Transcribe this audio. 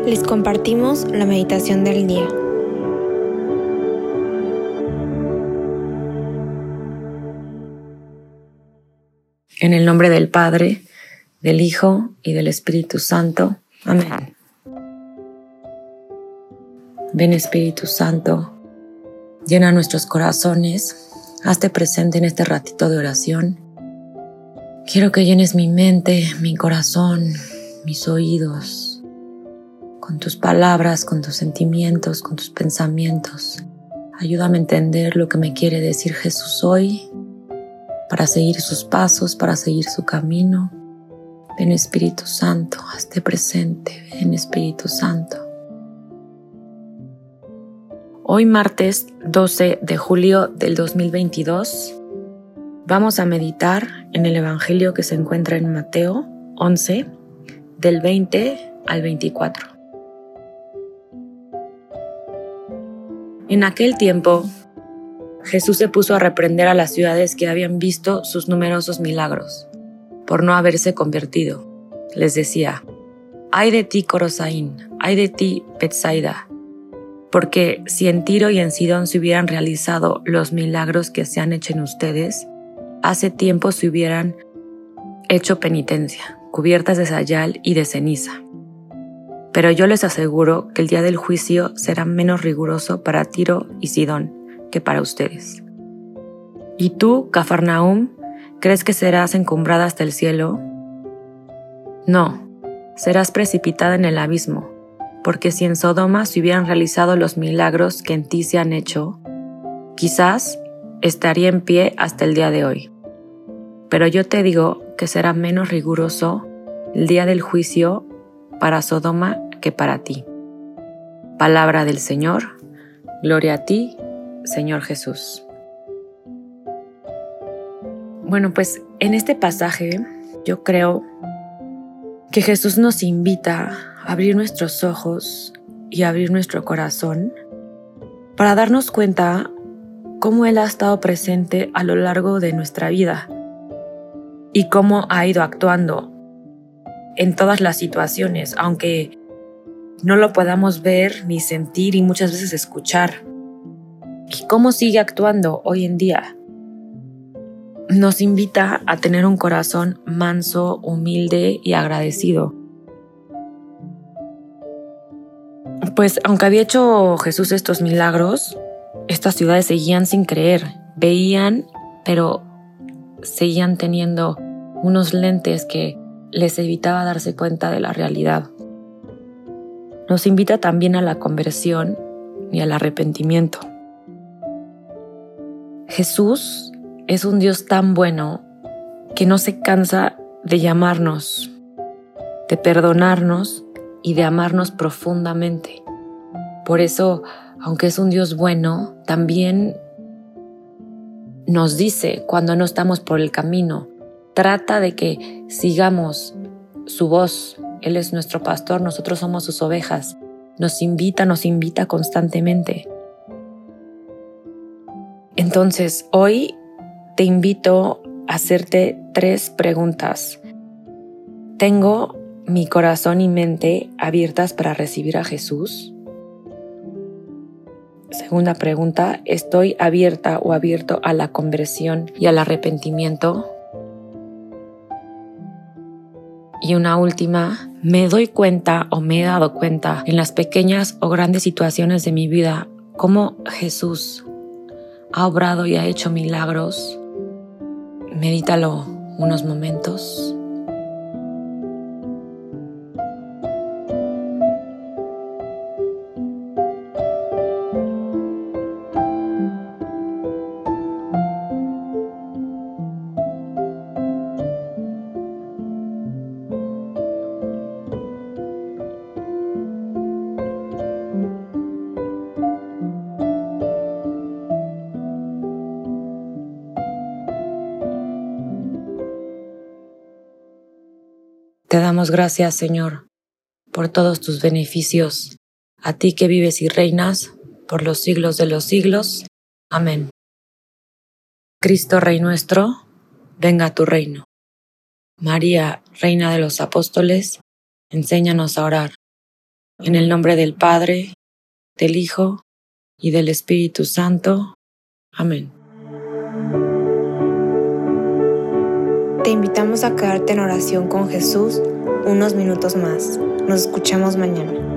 Les compartimos la meditación del día. En el nombre del Padre, del Hijo y del Espíritu Santo. Amén. Ven, Espíritu Santo, llena nuestros corazones, hazte presente en este ratito de oración. Quiero que llenes mi mente, mi corazón, mis oídos, con tus palabras, con tus sentimientos, con tus pensamientos. Ayúdame a entender lo que me quiere decir Jesús hoy, para seguir sus pasos, para seguir su camino. Ven, Espíritu Santo, hazte presente. Ven, Espíritu Santo. Hoy martes 12 de julio del 2022 vamos a meditar en el Evangelio que se encuentra en Mateo 11, del 20 al 24. En aquel tiempo, Jesús se puso a reprender a las ciudades que habían visto sus numerosos milagros, por no haberse convertido. Les decía: «Ay de ti, Corosaín, ay de ti, Betsaida, porque si en Tiro y en Sidón se hubieran realizado los milagros que se han hecho en ustedes, hace tiempo se hubieran hecho penitencia, cubiertas de sayal y de ceniza. Pero yo les aseguro que el día del juicio será menos riguroso para Tiro y Sidón que para ustedes. ¿Y tú, Cafarnaúm, crees que serás encumbrada hasta el cielo? No, serás precipitada en el abismo, porque si en Sodoma se hubieran realizado los milagros que en ti se han hecho, quizás estaría en pie hasta el día de hoy. Pero yo te digo que será menos riguroso el día del juicio para Sodoma que para ti». Palabra del Señor. Gloria a ti, Señor Jesús. Bueno, pues en este pasaje yo creo que Jesús nos invita a abrir nuestros ojos y a abrir nuestro corazón para darnos cuenta cómo Él ha estado presente a lo largo de nuestra vida y cómo ha ido actuando en todas las situaciones, aunque no lo podamos ver ni sentir y muchas veces escuchar. Y cómo sigue actuando hoy en día. Nos invita a tener un corazón manso, humilde y agradecido. Pues aunque había hecho Jesús estos milagros, estas ciudades seguían sin creer. Veían, pero seguían teniendo unos lentes que les evitaba darse cuenta de la realidad. Nos invita también a la conversión y al arrepentimiento. Jesús es un Dios tan bueno que no se cansa de llamarnos, de perdonarnos y de amarnos profundamente. Por eso, aunque es un Dios bueno, también nos dice cuando no estamos por el camino, trata de que sigamos su voz. Él es nuestro pastor, nosotros somos sus ovejas. Nos invita constantemente. Entonces, hoy te invito a hacerte 3 preguntas. ¿Tengo mi corazón y mente abiertas para recibir a Jesús? Segunda pregunta, ¿estoy abierta o abierto a la conversión y al arrepentimiento? Y una última, ¿me doy cuenta o me he dado cuenta en las pequeñas o grandes situaciones de mi vida cómo Jesús ha obrado y ha hecho milagros? Medítalo unos momentos. Te damos gracias, Señor, por todos tus beneficios, a ti que vives y reinas por los siglos de los siglos. Amén. Cristo, Rey nuestro, venga a tu reino. María, Reina de los Apóstoles, enséñanos a orar. En el nombre del Padre, del Hijo y del Espíritu Santo. Amén. Te invitamos a quedarte en oración con Jesús unos minutos más. Nos escuchamos mañana.